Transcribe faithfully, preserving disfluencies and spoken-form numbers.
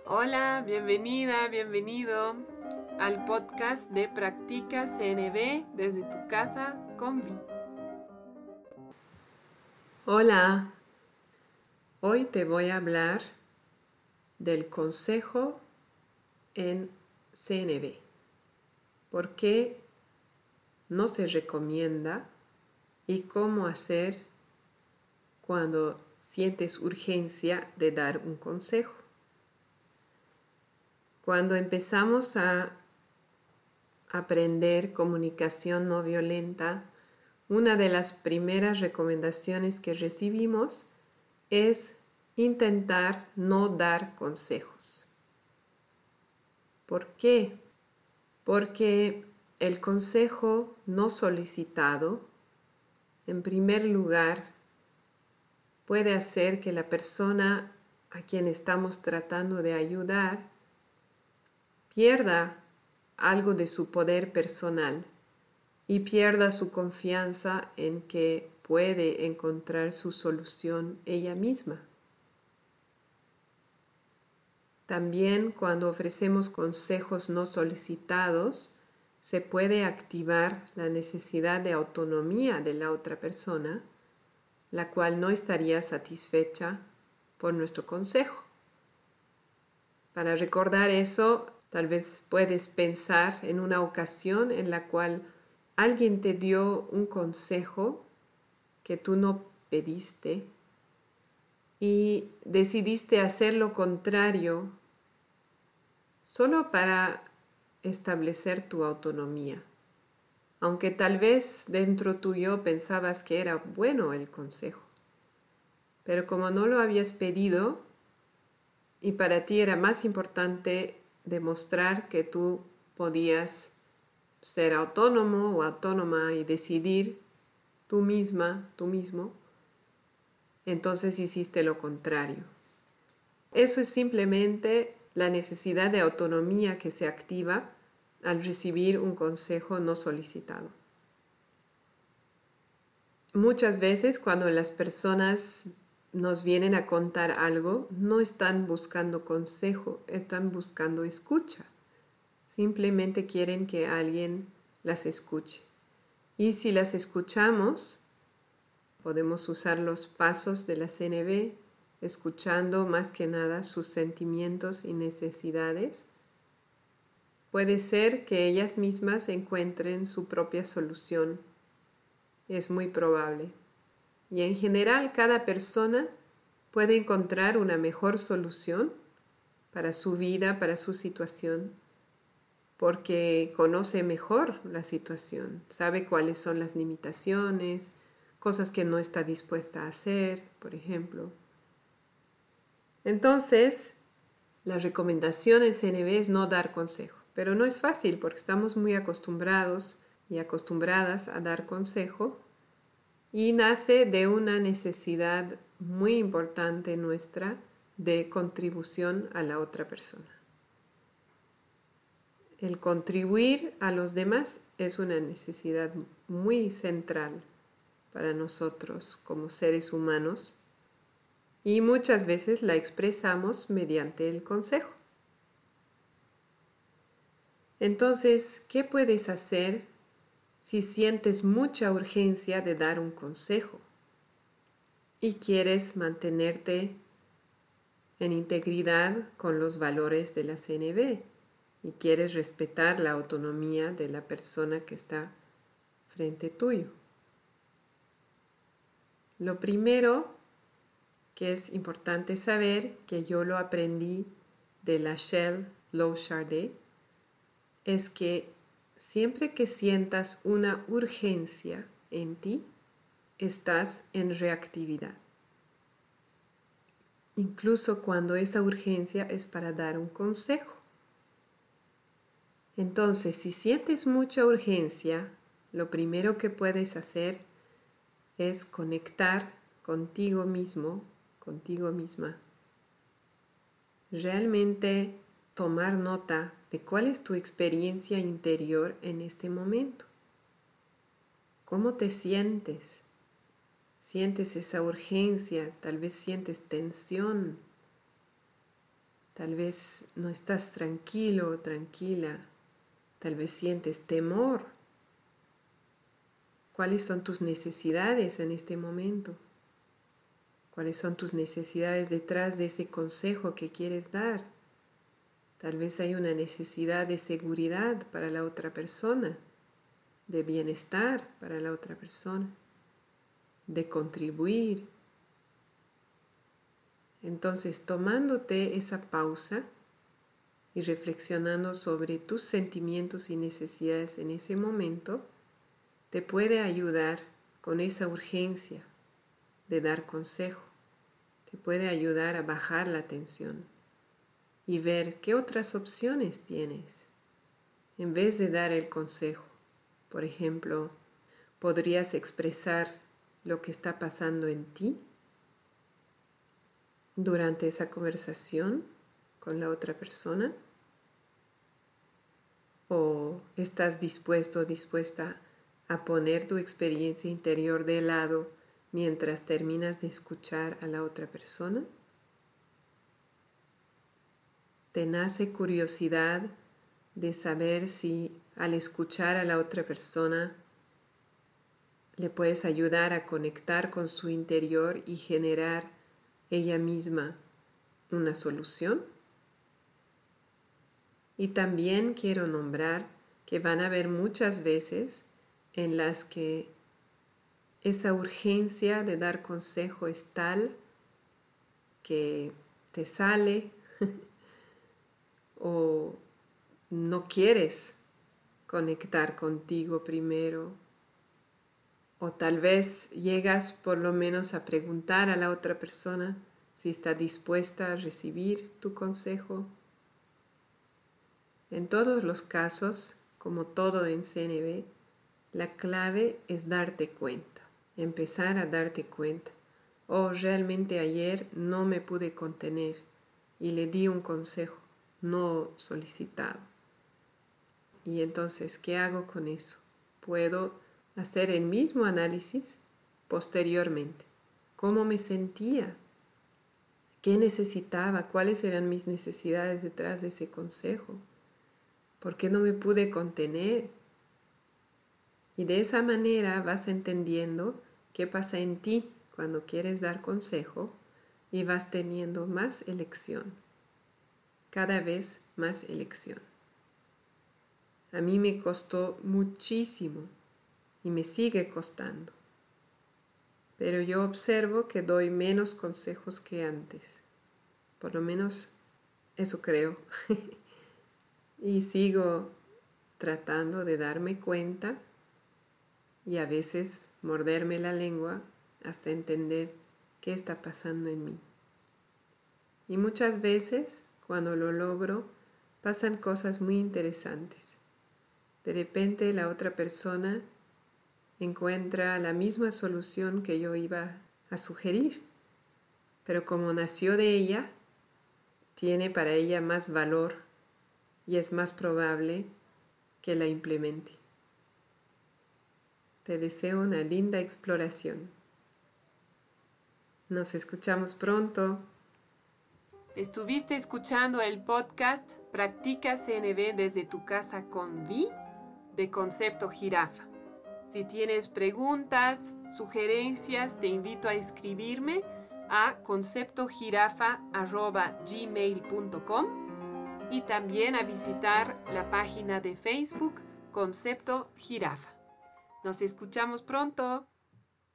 Hola, bienvenida, bienvenido al podcast de Practica C N B desde tu casa con Vi. Hola, hoy te voy a hablar del consejo en C N B. ¿Por qué no se recomienda y cómo hacer cuando sientes urgencia de dar un consejo? Cuando empezamos a aprender comunicación no violenta, una de las primeras recomendaciones que recibimos es intentar no dar consejos. ¿Por qué? Porque el consejo no solicitado, en primer lugar, puede hacer que la persona a quien estamos tratando de ayudar pierda algo de su poder personal y pierda su confianza en que puede encontrar su solución ella misma. También cuando ofrecemos consejos no solicitados, se puede activar la necesidad de autonomía de la otra persona, la cual no estaría satisfecha por nuestro consejo. Para recordar eso, tal vez puedes pensar en una ocasión en la cual alguien te dio un consejo que tú no pediste y decidiste hacer lo contrario solo para establecer tu autonomía. Aunque tal vez dentro tuyo pensabas que era bueno el consejo, pero como no lo habías pedido y para ti era más importante demostrar que tú podías ser autónomo o autónoma y decidir tú misma, tú mismo, entonces hiciste lo contrario. Eso es simplemente la necesidad de autonomía que se activa al recibir un consejo no solicitado. Muchas veces cuando las personas nos vienen a contar algo, no están buscando consejo, están buscando escucha. Simplemente quieren que alguien las escuche. Y si las escuchamos, podemos usar los pasos de la C N B, escuchando más que nada sus sentimientos y necesidades. Puede ser que ellas mismas encuentren su propia solución. Es muy probable. Y en general, cada persona puede encontrar una mejor solución para su vida, para su situación, porque conoce mejor la situación, sabe cuáles son las limitaciones, cosas que no está dispuesta a hacer, por ejemplo. Entonces, la recomendación en C N B es no dar consejo, pero no es fácil porque estamos muy acostumbrados y acostumbradas a dar consejo y nace de una necesidad muy importante nuestra de contribución a la otra persona. El contribuir a los demás es una necesidad muy central para nosotros como seres humanos y muchas veces la expresamos mediante el consejo. Entonces, ¿qué puedes hacer si sientes mucha urgencia de dar un consejo y quieres mantenerte en integridad con los valores de la C N B y quieres respetar la autonomía de la persona que está frente tuyo? Lo primero que es importante saber, que yo lo aprendí de Lachelle Louchardet, es que siempre que sientas una urgencia en ti, estás en reactividad. Incluso cuando esa urgencia es para dar un consejo. Entonces, si sientes mucha urgencia, lo primero que puedes hacer es conectar contigo mismo, contigo misma. Realmente tomar nota de cuál es tu experiencia interior en este momento. ¿Cómo te sientes? ¿Sientes esa urgencia? Tal vez sientes tensión. Tal vez no estás tranquilo o tranquila. Tal vez sientes temor. ¿Cuáles son tus necesidades en este momento? ¿Cuáles son tus necesidades detrás de ese consejo que quieres dar? Tal vez hay una necesidad de seguridad para la otra persona, de bienestar para la otra persona, de contribuir. Entonces, tomándote esa pausa y reflexionando sobre tus sentimientos y necesidades en ese momento, te puede ayudar con esa urgencia de dar consejo. Te puede ayudar a bajar la tensión y ver qué otras opciones tienes. En vez de dar el consejo, por ejemplo, podrías expresar lo que está pasando en ti durante esa conversación con la otra persona. ¿O estás dispuesto o dispuesta a poner tu experiencia interior de lado mientras terminas de escuchar a la otra persona? ¿Te nace curiosidad de saber si al escuchar a la otra persona le puedes ayudar a conectar con su interior y generar ella misma una solución? Y también quiero nombrar que van a haber muchas veces en las que esa urgencia de dar consejo es tal que te sale o no quieres conectar contigo primero, o tal vez llegas por lo menos a preguntar a la otra persona si está dispuesta a recibir tu consejo. En todos los casos, como todo en C N B, la clave es darte cuenta, empezar a darte cuenta. Oh, realmente ayer no me pude contener y le di un consejo no solicitado. Y entonces, ¿qué hago con eso? Puedo hacer el mismo análisis posteriormente. ¿Cómo me sentía? ¿Qué necesitaba? ¿Cuáles eran mis necesidades detrás de ese consejo? ¿Por qué no me pude contener? Y de esa manera vas entendiendo qué pasa en ti cuando quieres dar consejo y vas teniendo más elección, cada vez más elección. A mí me costó muchísimo y me sigue costando, pero yo observo que doy menos consejos que antes, por lo menos eso creo. Y sigo tratando de darme cuenta y a veces morderme la lengua hasta entender qué está pasando en mí. Y muchas veces, cuando lo logro, pasan cosas muy interesantes. De repente la otra persona encuentra la misma solución que yo iba a sugerir, pero como nació de ella, tiene para ella más valor y es más probable que la implemente. Te deseo una linda exploración. Nos escuchamos pronto. Estuviste escuchando el podcast Practica C N B desde tu casa con Vi de Concepto Jirafa. Si tienes preguntas, sugerencias, te invito a escribirme a concepto jirafa arroba gmail punto com y también a visitar la página de Facebook Concepto Jirafa. Nos escuchamos pronto.